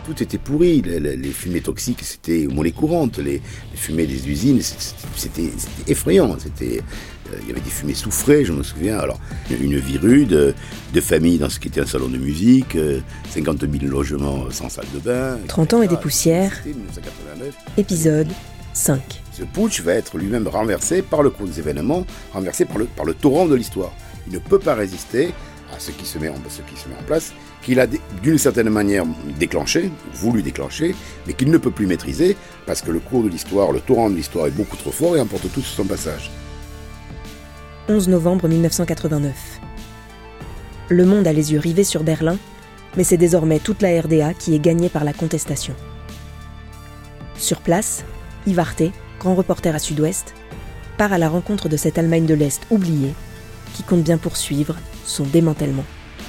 tout était pourri. Les fumées toxiques, c'était monnaie courante. Les fumées des usines, c'était effrayant. Il y avait des fumées soufrées, je me souviens. Alors, une vie rude, deux familles dans ce qui était un salon de musique, 50 000 logements sans salle de bain. 30 ans et des poussières, 1989. épisode 5. Ce putsch va être lui-même renversé par le cours des événements, renversé par le torrent de l'histoire. Il ne peut pas résister à ce qui se met en place, qu'il a d'une certaine manière voulu déclencher, mais qu'il ne peut plus maîtriser, parce que le cours de l'histoire, le torrent de l'histoire est beaucoup trop fort et emporte tout sur son passage. 11 novembre 1989. Le monde a les yeux rivés sur Berlin, mais c'est désormais toute la RDA qui est gagnée par la contestation. Sur place, Yves Arté, grand reporter à Sud-Ouest, part à la rencontre de cette Allemagne de l'Est oubliée, qui compte bien poursuivre son démantèlement.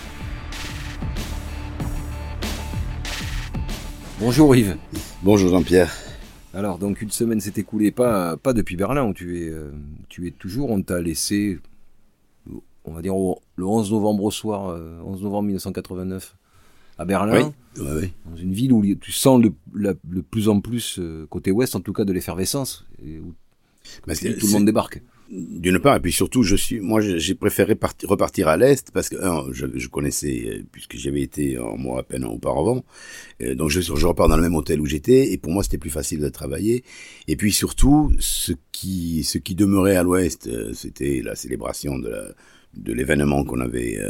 Bonjour Yves. Bonjour Jean-Pierre. Alors donc une semaine s'est écoulée, pas depuis Berlin où tu es toujours, on t'a laissé, on va dire le 11 novembre au soir, 11 novembre 1989 à Berlin, Oui. Dans une ville où tu sens le plus en plus, côté ouest en tout cas, de l'effervescence, et où tout le monde débarque. D'une part, et puis surtout, j'ai préféré repartir à l'Est parce que, je connaissais, puisque j'avais été un mois à peine auparavant, donc je repars dans le même hôtel où j'étais, et pour moi c'était plus facile de travailler. Et puis surtout, ce qui demeurait à l'Ouest, c'était la célébration de l'événement qu'on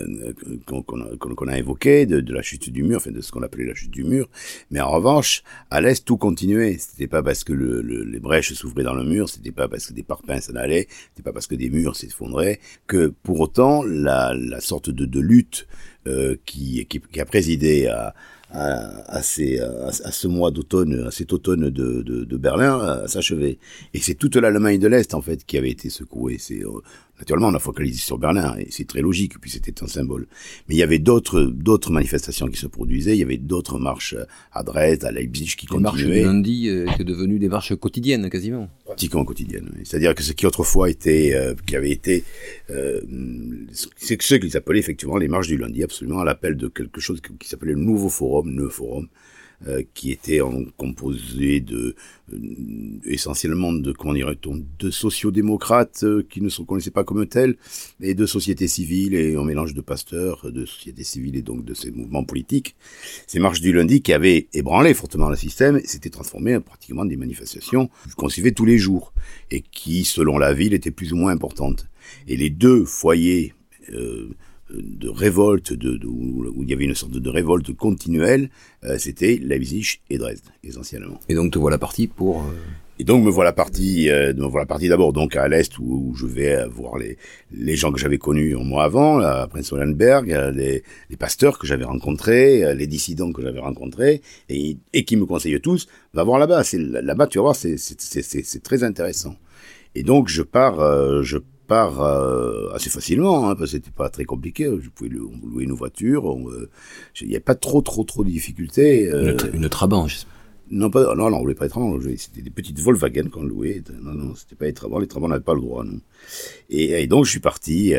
a évoqué, de la chute du mur, enfin de ce qu'on appelait la chute du mur. Mais en revanche, à l'Est, tout continuait. C'était pas parce que les brèches s'ouvraient dans le mur, c'était pas parce que des parpaings s'en allaient, c'était pas parce que des murs s'effondraient, que pour autant, la sorte de lutte qui a présidé à ce mois d'automne, à cet automne de Berlin, s'achevait. Et c'est toute l'Allemagne de l'Est, en fait, qui avait été secouée. Naturellement, on a focalisé sur Berlin, et c'est très logique, puis c'était un symbole. Mais il y avait d'autres manifestations qui se produisaient, il y avait d'autres marches à Dresde, à Leipzig qui continuaient. Les marches du lundi étaient devenues des marches quotidiennes, quasiment. Pratiquement quotidiennes, oui. C'est-à-dire que ce qui autrefois avait été, c'est ce qu'ils appelaient effectivement les marches du lundi, absolument, à l'appel de quelque chose qui s'appelait le Nouveau Forum, qui était composé essentiellement de sociodémocrates qui ne se reconnaissaient pas comme tels, et de sociétés civiles, et un mélange de pasteurs, de sociétés civiles et donc de ces mouvements politiques. Ces marches du lundi qui avaient ébranlé fortement le système, s'étaient transformées en pratiquement des manifestations qu'on suivait tous les jours, et qui, selon la ville, étaient plus ou moins importantes. Et les deux foyers de révolte, où il y avait une sorte de révolte continuelle, c'était Leipzig et Dresde, essentiellement. Et donc te voilà parti pour... Et donc me voilà parti d'abord donc à l'Est où je vais voir les gens que j'avais connus un mois avant, à Prince-Hohenberg, les pasteurs que j'avais rencontrés, les dissidents que j'avais rencontrés, et qui me conseillaient tous, va voir là-bas. Là-bas, tu vas voir, c'est très intéressant. Et donc je pars assez facilement, parce que c'était pas très compliqué. Je pouvais louer une voiture. Il n'y avait pas trop de difficultés. Une Trabant, j'espère. Non, on voulait pas être Trabant. C'était des petites Volkswagen qu'on louait. Non, c'était pas les Trabant. Les Trabant n'avaient pas le droit, non. Et donc je suis parti.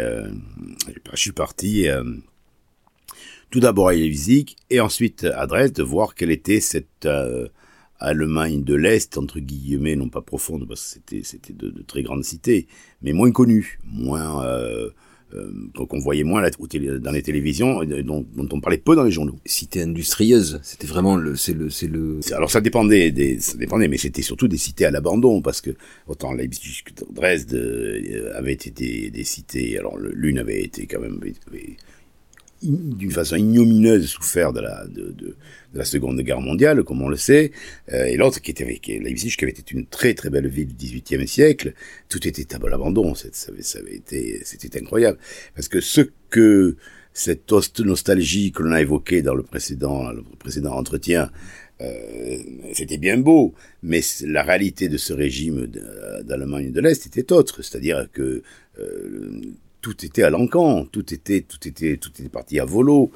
Tout d'abord à Leipzig et ensuite à Dresde, voir quelle était cette Allemagne de l'Est, entre guillemets, non pas profonde, parce que c'était de très grandes cités, mais moins connues, qu'on voyait moins dans les télévisions, dont on parlait peu dans les journaux. Cités industrieuses, c'était vraiment Alors ça dépendait, mais c'était surtout des cités à l'abandon, parce que autant Leipzig que Dresde avaient été des cités, alors l'une avait été quand même d'une façon ignominieuse souffert de la Seconde Guerre mondiale, comme on le sait, et l'autre qui était Leipzig, qui avait été une très très belle ville du XVIIIe siècle. Tout était à l'abandon. C'était incroyable, parce que cette nostalgie que l'on a évoquée dans le précédent entretien, c'était bien beau, mais la réalité de ce régime d'Allemagne de l'Est était autre, c'est-à-dire que tout était à l'encan, tout était parti à volo.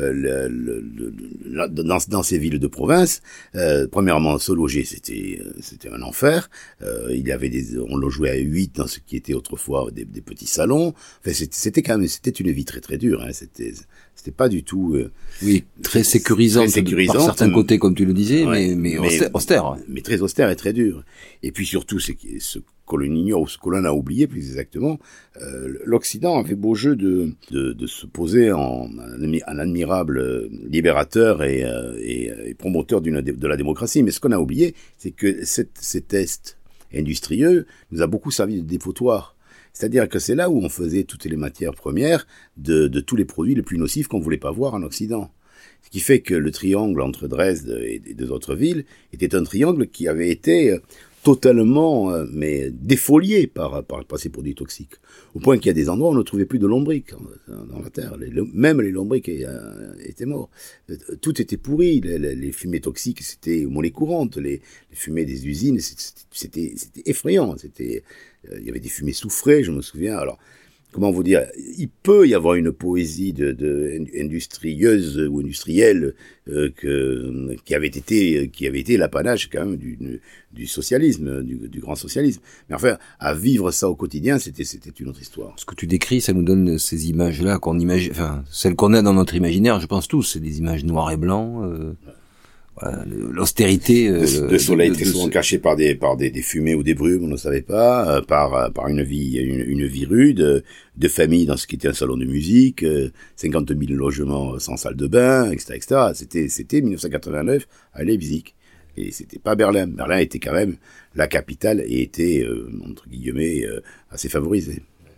Dans ces villes de province, premièrement, se loger, c'était un enfer. On le jouait à 8 dans ce qui était autrefois des petits salons. Enfin, c'était une vie très très dure. Hein. C'était pas du tout. Oui, très sécurisante par certains côtés, comme tu le disais, ouais, mais austère. Mais très austère et très dur. Et puis surtout, c'est ce que l'on ignore ou ce que l'on a oublié plus exactement, l'Occident avait beau jeu de se poser en admirable libérateur et promoteur de la démocratie. Mais ce qu'on a oublié, c'est que cet Est industrieux nous a beaucoup servi de dépotoir. C'est-à-dire que c'est là où on faisait toutes les matières premières de tous les produits les plus nocifs qu'on voulait pas voir en Occident. Ce qui fait que le triangle entre Dresde et deux autres villes était un triangle qui avait été totalement défolié par ces produits toxiques. Au point qu'il y a des endroits où on ne trouvait plus de lombriques dans la terre. Même les lombriques étaient morts. Tout était pourri. Les fumées toxiques, c'était monnaie courante. Les fumées des usines, c'était effrayant. Il y avait des fumées soufrées, je me souviens. Alors, comment vous dire, il peut y avoir une poésie industrieuse ou industrielle qui avait été l'apanage quand même du socialisme, du grand socialisme. Mais enfin, à vivre ça au quotidien, c'était une autre histoire. Ce que tu décris, ça nous donne ces images-là qu'on imagine, enfin, celles qu'on a dans notre imaginaire, je pense tous, c'est des images noires et blancs. Voilà, l'austérité le soleil très souvent caché par des fumées ou des brumes, on ne savait pas, par une vie rude, de famille dans ce qui était un salon de musique, 50 000 logements sans salle de bain, etc., etc. C'était 1989 à Leipzig. Et c'était pas Berlin. Berlin était quand même la capitale et était, entre guillemets, assez favorisée.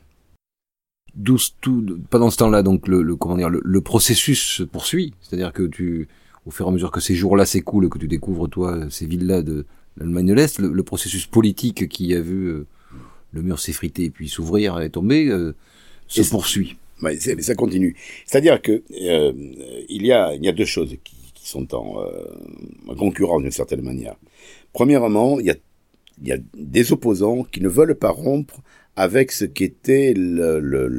Pendant ce temps-là, donc, le processus se poursuit. C'est-à-dire que au fur et à mesure que ces jours-là s'écoulent, que tu découvres, toi, ces villes-là de l'Allemagne de l'Est, le processus politique qui a vu le mur s'effriter et puis s'ouvrir et tomber, se poursuit. Ouais, ça continue. C'est-à-dire que il y a deux choses qui sont en concurrence d'une certaine manière. Premièrement, il y a des opposants qui ne veulent pas rompre avec ce qu'était le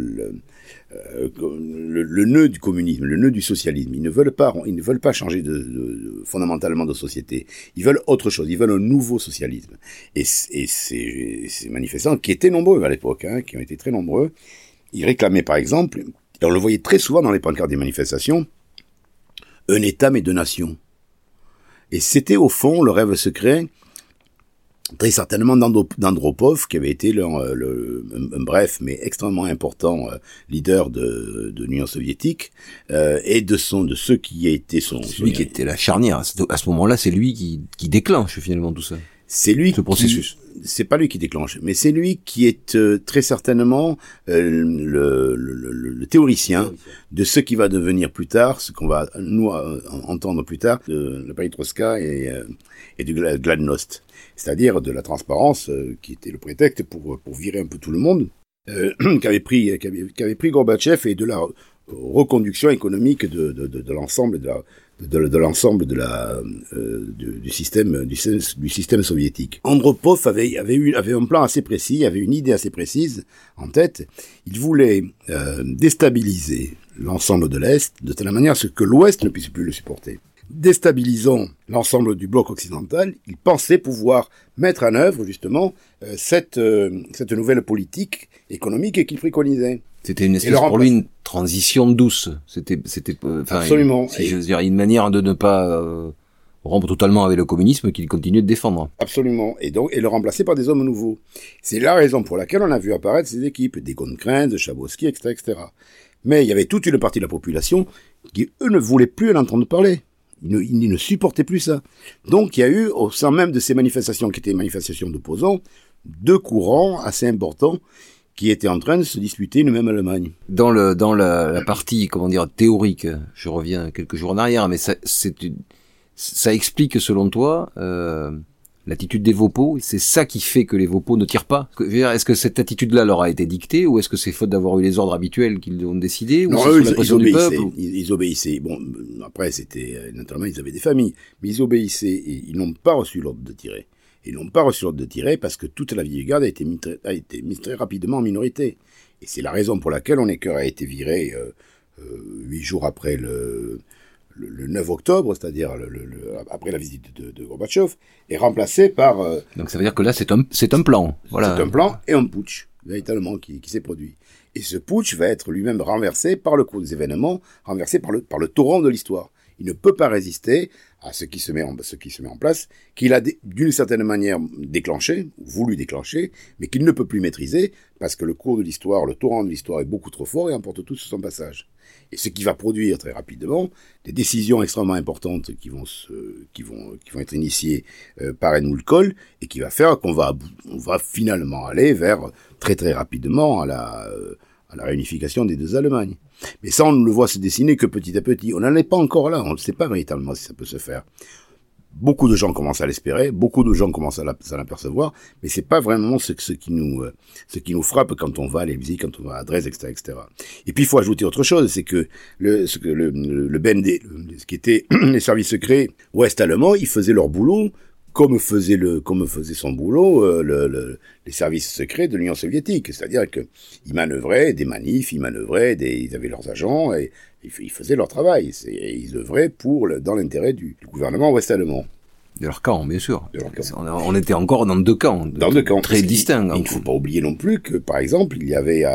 nœud du communisme, le nœud du socialisme. Ils ne veulent pas changer fondamentalement de société. Ils veulent autre chose. Ils veulent un nouveau socialisme. Et ces manifestants, qui étaient nombreux à l'époque, qui ont été très nombreux, ils réclamaient par exemple, et on le voyait très souvent dans les pancartes des manifestations, un État mais deux nations. Et c'était au fond le rêve secret, très certainement d'Andropov, qui avait été un bref mais extrêmement important leader de l'Union soviétique, et de ceux qui étaient celui qui était la charnière. À ce moment-là, c'est lui qui déclenche finalement tout ça. C'est lui ce processus. C'est pas lui qui déclenche, mais c'est lui qui est très certainement le théoricien de ce qui va devenir plus tard, ce qu'on va nous entendre plus tard, de la Perestroïka et du glasnost, c'est-à-dire de la transparence qui était le prétexte pour virer un peu tout le monde, qu'avait pris Gorbatchev, et de la reconduction économique de l'ensemble du système soviétique. Andropov avait un plan assez précis, avait une idée assez précise en tête. Il voulait déstabiliser l'ensemble de l'Est de telle manière que l'Ouest ne puisse plus le supporter. Déstabilisant l'ensemble du bloc occidental, il pensait pouvoir mettre en œuvre justement cette nouvelle politique économique qu'il préconisait. C'était une espèce pour lui une transition douce. C'était absolument. Je veux dire, une manière de ne pas rompre totalement avec le communisme qu'il continuait de défendre. Absolument. Et le remplacer par des hommes nouveaux. C'est la raison pour laquelle on a vu apparaître ces équipes, des Gonkrens, de Chabowski, etc., etc. Mais il y avait toute une partie de la population qui, eux, ne voulaient plus en entendre parler. Ils ne supportaient plus ça. Donc il y a eu, au sein même de ces manifestations qui étaient des manifestations d'opposants, deux courants assez importants qui étaient en train de se disputer une même Allemagne. Dans la partie, théorique, je reviens quelques jours en arrière, mais ça explique, selon toi, l'attitude des Vopos. C'est ça qui fait que les Vopos ne tirent pas. Est-ce que cette attitude-là leur a été dictée, ou est-ce que c'est faute d'avoir eu les ordres habituels qu'ils ont décidé, non, ou eux, c'est la pression du peuple, ils obéissaient. Bon, après, naturellement, ils avaient des familles, mais ils obéissaient et ils n'ont pas reçu l'ordre de tirer. Ils n'ont pas reçu l'ordre de tirer parce que toute la vieille garde a été mise très rapidement en minorité. Et c'est la raison pour laquelle Honecker a été viré 8 jours après le 9 octobre, c'est-à-dire après la visite de Gorbatchev, et remplacé par... Donc ça veut dire que là, c'est un plan. Voilà. C'est un plan et un putsch, véritablement, qui s'est produit. Et ce putsch va être lui-même renversé par le cours des événements, renversé par le torrent de l'histoire. Il ne peut pas résister à ce qui se met en place, qu'il a d'une certaine manière déclenché, voulu déclencher, mais qu'il ne peut plus maîtriser, parce que le cours de l'histoire, le torrent de l'histoire est beaucoup trop fort et emporte tout sur son passage. Et ce qui va produire très rapidement des décisions extrêmement importantes qui vont être initiées par Helmut Kohl, et qui va faire qu'on va finalement aller vers très très rapidement à la réunification des deux Allemagnes. Mais ça, on ne le voit se dessiner que petit à petit. On n'en est pas encore là, on ne sait pas véritablement si ça peut se faire. Beaucoup de gens commencent à l'espérer, beaucoup de gens commencent à l'apercevoir, mais c'est pas vraiment ce qui nous frappe quand on va à Leipzig, quand on va à Dresde, etc., etc. Et puis il faut ajouter autre chose, c'est que le BND, ce qui était les services secrets ouest-allemands, ils faisaient leur boulot comme faisait son boulot les services secrets de l'Union soviétique, c'est-à-dire que ils manœuvraient des manifs, ils avaient leurs agents et ils faisaient leur travail, et ils œuvraient dans l'intérêt du gouvernement ouest-allemand. De leur camp, bien sûr. De leur camp. On était encore dans deux camps. Très distincts. Il ne faut pas oublier non plus que, par exemple, il y avait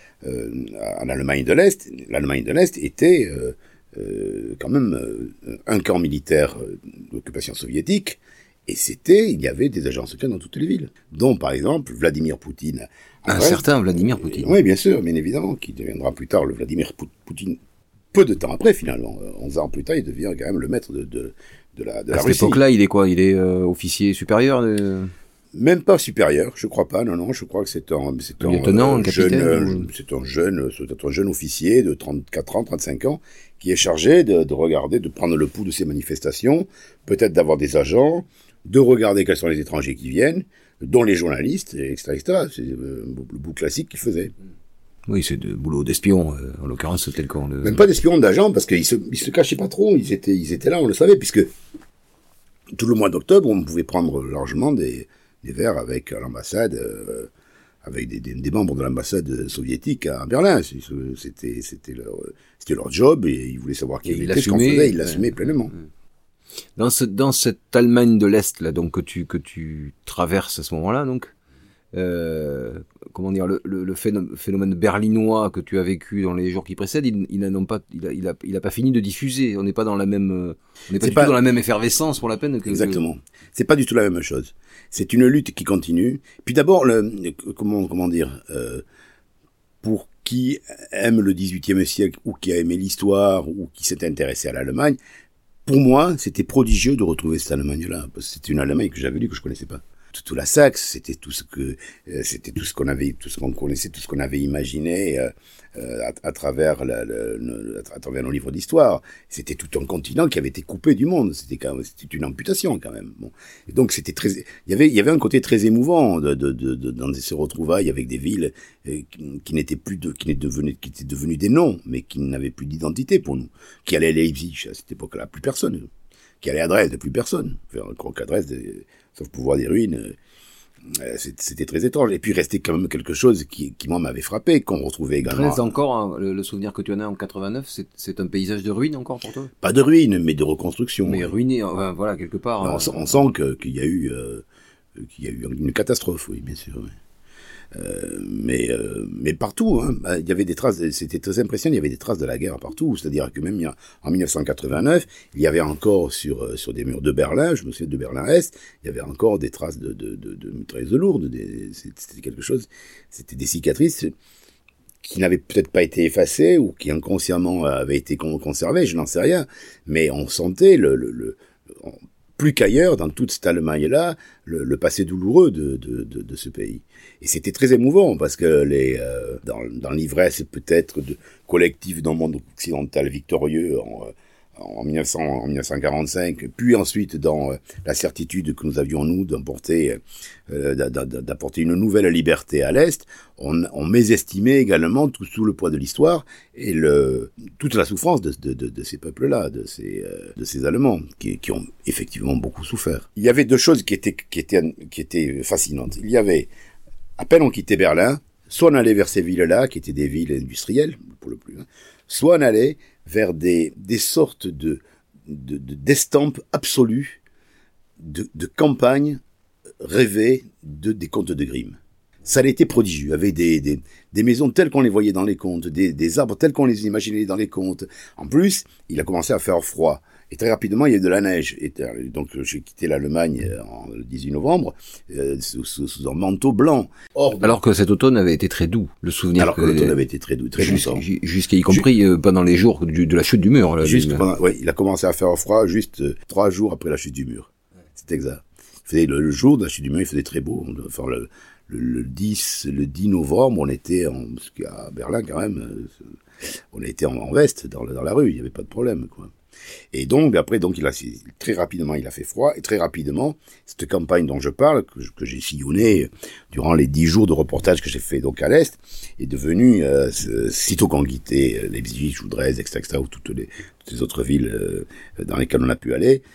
en Allemagne de l'Est, l'Allemagne de l'Est était quand même un camp militaire d'occupation soviétique. Et il y avait des agents secrets dans toutes les villes, dont par exemple Vladimir Poutine. Un certain Vladimir Poutine. Oui, bien sûr, bien évidemment, qui deviendra plus tard le Vladimir Poutine, peu de temps après finalement. 11 ans plus tard, il devient quand même le maître de la Russie. À cette époque-là, il est quoi? Il est officier supérieur Même pas supérieur, je crois pas, non, je crois que c'est un lieutenant, un capitaine, c'est un jeune officier de 34 ans, 35 ans, qui est chargé de regarder, de prendre le pouls de ces manifestations, peut-être d'avoir des agents, de regarder quels sont les étrangers qui viennent, dont les journalistes, etc., etc. C'est le bout classique qu'il faisait. Oui, c'est de boulot d'espion, en l'occurrence, c'était le cas. Même pas d'espion, d'agent, parce qu'ils se cachaient pas trop, ils étaient là, on le savait, puisque tout le mois d'octobre, on pouvait prendre largement des verres avec l'ambassade, avec des membres de l'ambassade soviétique à Berlin. C'était leur job, et ils voulaient savoir qui était, ce qu'on faisait, ils l'assumaient pleinement. Dans cette Allemagne de l'Est là, donc que tu traverses à ce moment-là, donc comment dire, le phénomène berlinois que tu as vécu dans les jours qui précèdent, il a pas fini de diffuser. On n'est pas dans la même, dans la même effervescence pour la peine. Exactement. C'est pas du tout la même chose. C'est une lutte qui continue. Puis d'abord, comment dire, pour qui aime le XVIIIe siècle ou qui a aimé l'histoire ou qui s'est intéressé à l'Allemagne, pour moi, c'était prodigieux de retrouver cette Allemagne-là, parce que c'était une Allemagne que j'avais lue, que je connaissais pas. Tout la Saxe, c'était tout ce qu'on connaissait, tout ce qu'on avait imaginé à travers nos livres d'histoire. C'était tout un continent qui avait été coupé du monde. C'était une amputation quand même. Bon. Et donc c'était il y avait un côté très émouvant dans ces retrouvailles avec des villes qui étaient devenues des noms, mais qui n'avaient plus d'identité pour nous. Qui allaient à Leipzig à cette époque-là, plus personne. Qui allait à Dresde, plus personne. Faire un croc à Dresde, sauf pour voir des ruines, c'était très étrange. Et puis restait quand même quelque chose qui moi m'avait frappé, qu'on retrouvait également. Dresde encore, hein, le souvenir que tu en as en 89, c'est un paysage de ruines encore pour toi? Pas de ruines, mais de reconstruction. Mais ruiné, enfin, voilà, quelque part. On sent qu'il y a eu une catastrophe, oui, bien sûr. Oui. Mais partout, hein, il y avait des traces, c'était très impressionnant, il y avait des traces de la guerre partout, c'est-à-dire que même en 1989, il y avait encore sur des murs de Berlin, je me souviens de Berlin-Est, il y avait encore des traces de mitrailleuses lourdes, c'était quelque chose, c'était des cicatrices qui n'avaient peut-être pas été effacées, ou qui inconsciemment avaient été conservées, je n'en sais rien, mais on sentait plus qu'ailleurs, dans toute cette Allemagne-là, le passé douloureux de ce pays. Et c'était très émouvant, parce que dans l'ivresse peut-être collective dans le monde occidental victorieux en 1945, puis ensuite dans la certitude que nous avions, nous, d'apporter une nouvelle liberté à l'Est, on mésestimait également tout le poids de l'histoire et toute la souffrance de ces peuples-là, de ces Allemands, qui ont effectivement beaucoup souffert. Il y avait deux choses qui étaient fascinantes. Il y avait, à peine on quittait Berlin, soit on allait vers ces villes-là, qui étaient des villes industrielles, pour le plus, hein, soit on allait vers des sortes d'estampes absolues de campagnes rêvées des contes de Grimm. Ça a été prodigieux, avec des maisons telles qu'on les voyait dans les contes, des arbres tels qu'on les imaginait dans les contes. En plus, il a commencé à faire froid. Et très rapidement, il y a eu de la neige. Et donc, j'ai quitté l'Allemagne le 18 novembre sous un manteau blanc. Alors que cet automne avait été très doux, le souvenir. Alors que l'automne avait été très doux, très longtemps. Jusqu'à y compris pendant les jours de la chute du mur. Là, oui, il a commencé à faire froid juste 3 jours après la chute du mur. C'est exact. Il faisait le jour de la chute du mur, il faisait très beau. Enfin, le 10 novembre, on était à Berlin quand même. On était en veste dans la rue, il n'y avait pas de problème, quoi. Et donc, après, très rapidement, il a fait froid, et très rapidement, cette campagne dont je parle, que j'ai sillonnée durant les 10 jours de reportage que j'ai fait donc à l'Est, est devenue, sitôt qu'on quittait Leipzig ou Dresde, etc., ou toutes les autres villes dans lesquelles on a pu aller,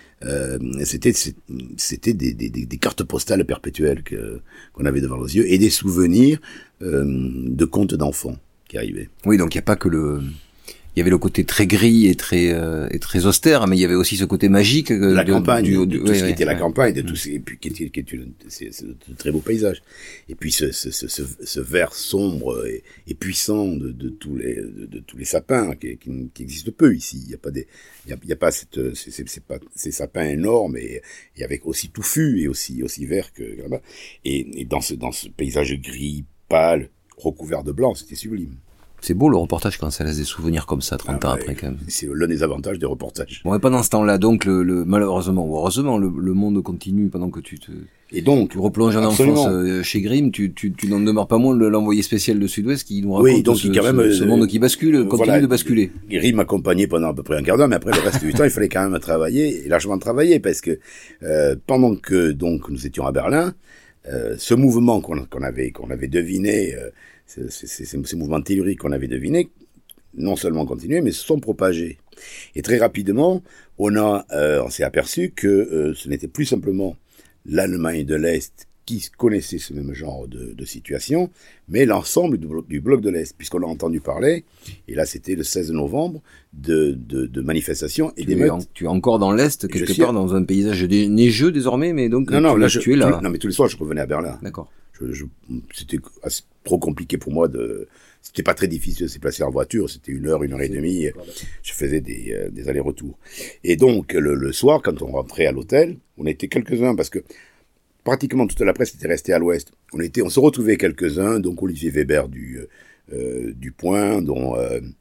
c'était des cartes postales perpétuelles qu'on avait devant nos yeux, et des souvenirs de contes d'enfants qui arrivaient. Oui, donc il n'y a pas que il y avait le côté très gris et très austère, mais il y avait aussi ce côté magique la campagne, de tout ce qui était la campagne, de tout ce et puis qui est c'est de très beaux paysages. Et puis ce vert sombre et puissant de tous les sapins qui existent peu ici. Il y a pas ces sapins énormes et avec aussi touffus et aussi vert que là-bas. Et dans ce paysage gris pâle recouvert de blanc, c'était sublime. C'est beau le reportage quand ça laisse des souvenirs comme ça 30 ans après quand même. C'est l'un des avantages des reportages. Bon, et pendant ce temps-là, donc malheureusement ou heureusement, le monde continue pendant que tu replonges en enfance chez Grimm, tu n'en demeures pas moins l'envoyé spécial de Sud-Ouest qui nous raconte ce monde qui bascule, continue de basculer. Grimm m'accompagnait pendant à peu près un quart d'heure, mais après le reste du temps, il fallait quand même travailler, et largement travailler, parce que pendant que donc nous étions à Berlin, ce mouvement qu'on avait deviné, ces mouvements telluriques qu'on avait devinés, non seulement continué, mais se sont propagés. Et très rapidement, on s'est aperçu que ce n'était plus simplement l'Allemagne de l'Est qui connaissait ce même genre de situation, mais l'ensemble du bloc de l'Est, puisqu'on a entendu parler, et là c'était le 16 novembre, de manifestations et d'émeutes. Tu es encore dans l'Est, quelque part dans un paysage neigeux désormais, mais donc tu es là. Non, mais tous les soirs je revenais à Berlin. D'accord. C'était trop compliqué pour moi c'était pas très difficile de se déplacer en voiture, c'était 1 heure, 1 heure et demie, je faisais des allers-retours. Et donc, le soir, quand on rentrait à l'hôtel, on était quelques-uns, parce que pratiquement toute la presse était restée à l'ouest. On se retrouvait quelques-uns, donc Olivier Weber du Point, dont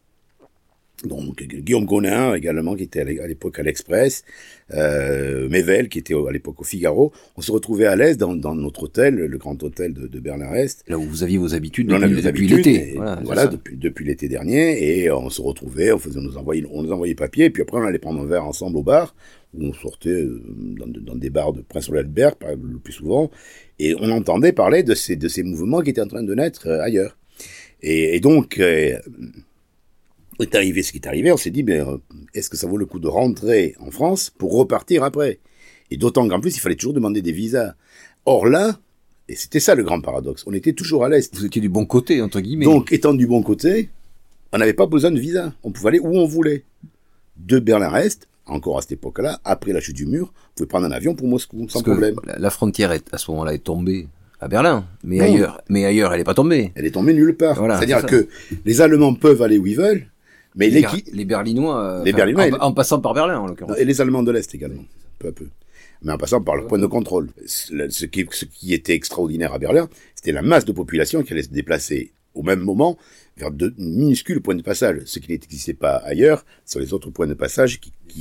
Guillaume Gonin également, qui était à l'époque à l'Express, Mével, qui était à l'époque au Figaro. On se retrouvait à l'Est dans notre hôtel, le grand hôtel de Berlin-Est. Là où vous aviez vos habitudes depuis l'été. Voilà, depuis l'été dernier, et on se retrouvait, on nous envoyait papier, et puis après on allait prendre un verre ensemble au bar, où on sortait dans des bars de Prince-Albert le plus souvent, et on entendait parler de ces mouvements qui étaient en train de naître ailleurs. Et donc est arrivé ce qui est arrivé, on s'est dit, est-ce que ça vaut le coup de rentrer en France pour repartir après? Et d'autant qu'en plus, il fallait toujours demander des visas. Or là, et c'était ça le grand paradoxe, on était toujours à l'Est. Vous étiez du bon côté, entre guillemets. Donc, étant du bon côté, on n'avait pas besoin de visa. On pouvait aller où on voulait. De Berlin-Est, encore à cette époque-là, après la chute du mur, on pouvait prendre un avion pour Moscou, sans problème. La frontière, à ce moment-là, est tombée à Berlin, mais ailleurs, elle n'est pas tombée. Elle est tombée nulle part. Voilà, c'est-à-dire que les Allemands peuvent aller où ils veulent, mais les Berlinois, en passant par Berlin, en l'occurrence. Et les Allemands de l'Est également, peu à peu. Mais en passant par le point de contrôle. Ce qui était extraordinaire à Berlin, c'était la masse de population qui allait se déplacer au même moment vers de minuscules points de passage, ce qui n'existait pas ailleurs sur les autres points de passage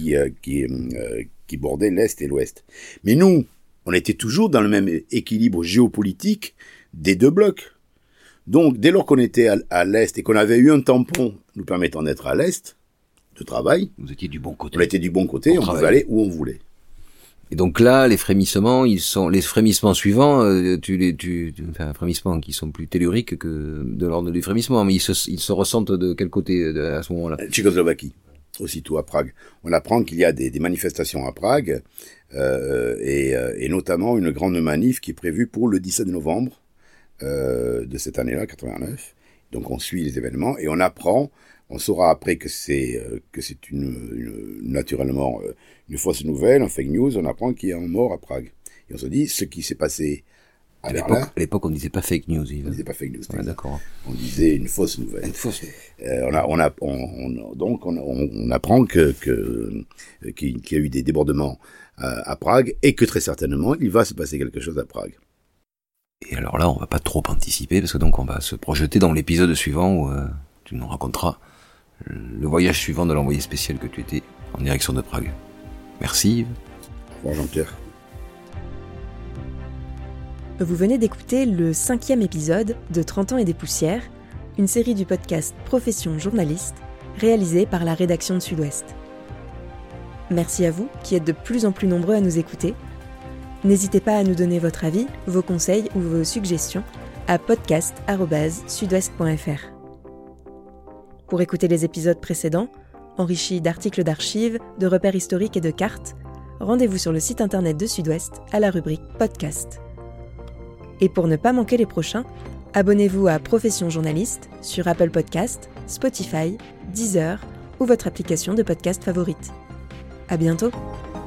qui bordaient l'Est et l'Ouest. Mais nous, on était toujours dans le même équilibre géopolitique des deux blocs. Donc, dès lors qu'on était à l'Est et qu'on avait eu un tampon nous permettant d'être à l'Est, de travail, vous étiez du bon côté. On était du bon côté, on pouvait aller où on voulait. Et donc là, les frémissements suivants, frémissements qui sont plus telluriques que de l'ordre des frémissements, mais ils se ressentent de quel côté à ce moment-là? Tchécoslovaquie, aussitôt à Prague. On apprend qu'il y a des manifestations à Prague, et notamment une grande manif qui est prévue pour le 17 novembre, de cette année-là, 89. Donc on suit les événements et on apprend, on saura après que c'est naturellement une fausse nouvelle, un fake news, on apprend qu'il y a un mort à Prague. Et on se dit, ce qui s'est passé à Berlin... À l'époque, on disait pas fake news. On disait pas fake news. Ouais, d'accord. On disait une fausse nouvelle. Une fausse. On apprend qu'il y a eu des débordements à Prague et que très certainement, il va se passer quelque chose à Prague. Et alors là, on va pas trop anticiper parce que donc on va se projeter dans l'épisode suivant où tu nous raconteras le voyage suivant de l'envoyé spécial que tu étais en direction de Prague. Merci Yves. Au revoir Jean-Pierre. Vous venez d'écouter le 5e épisode de 30 ans et des poussières, une série du podcast Profession journaliste, réalisée par la rédaction de Sud-Ouest. Merci à vous qui êtes de plus en plus nombreux à nous écouter. N'hésitez pas à nous donner votre avis, vos conseils ou vos suggestions à podcast@sudouest.fr. Pour écouter les épisodes précédents, enrichis d'articles d'archives, de repères historiques et de cartes, rendez-vous sur le site internet de Sud-Ouest à la rubrique Podcast. Et pour ne pas manquer les prochains, abonnez-vous à Profession journaliste sur Apple Podcasts, Spotify, Deezer ou votre application de podcast favorite. À bientôt!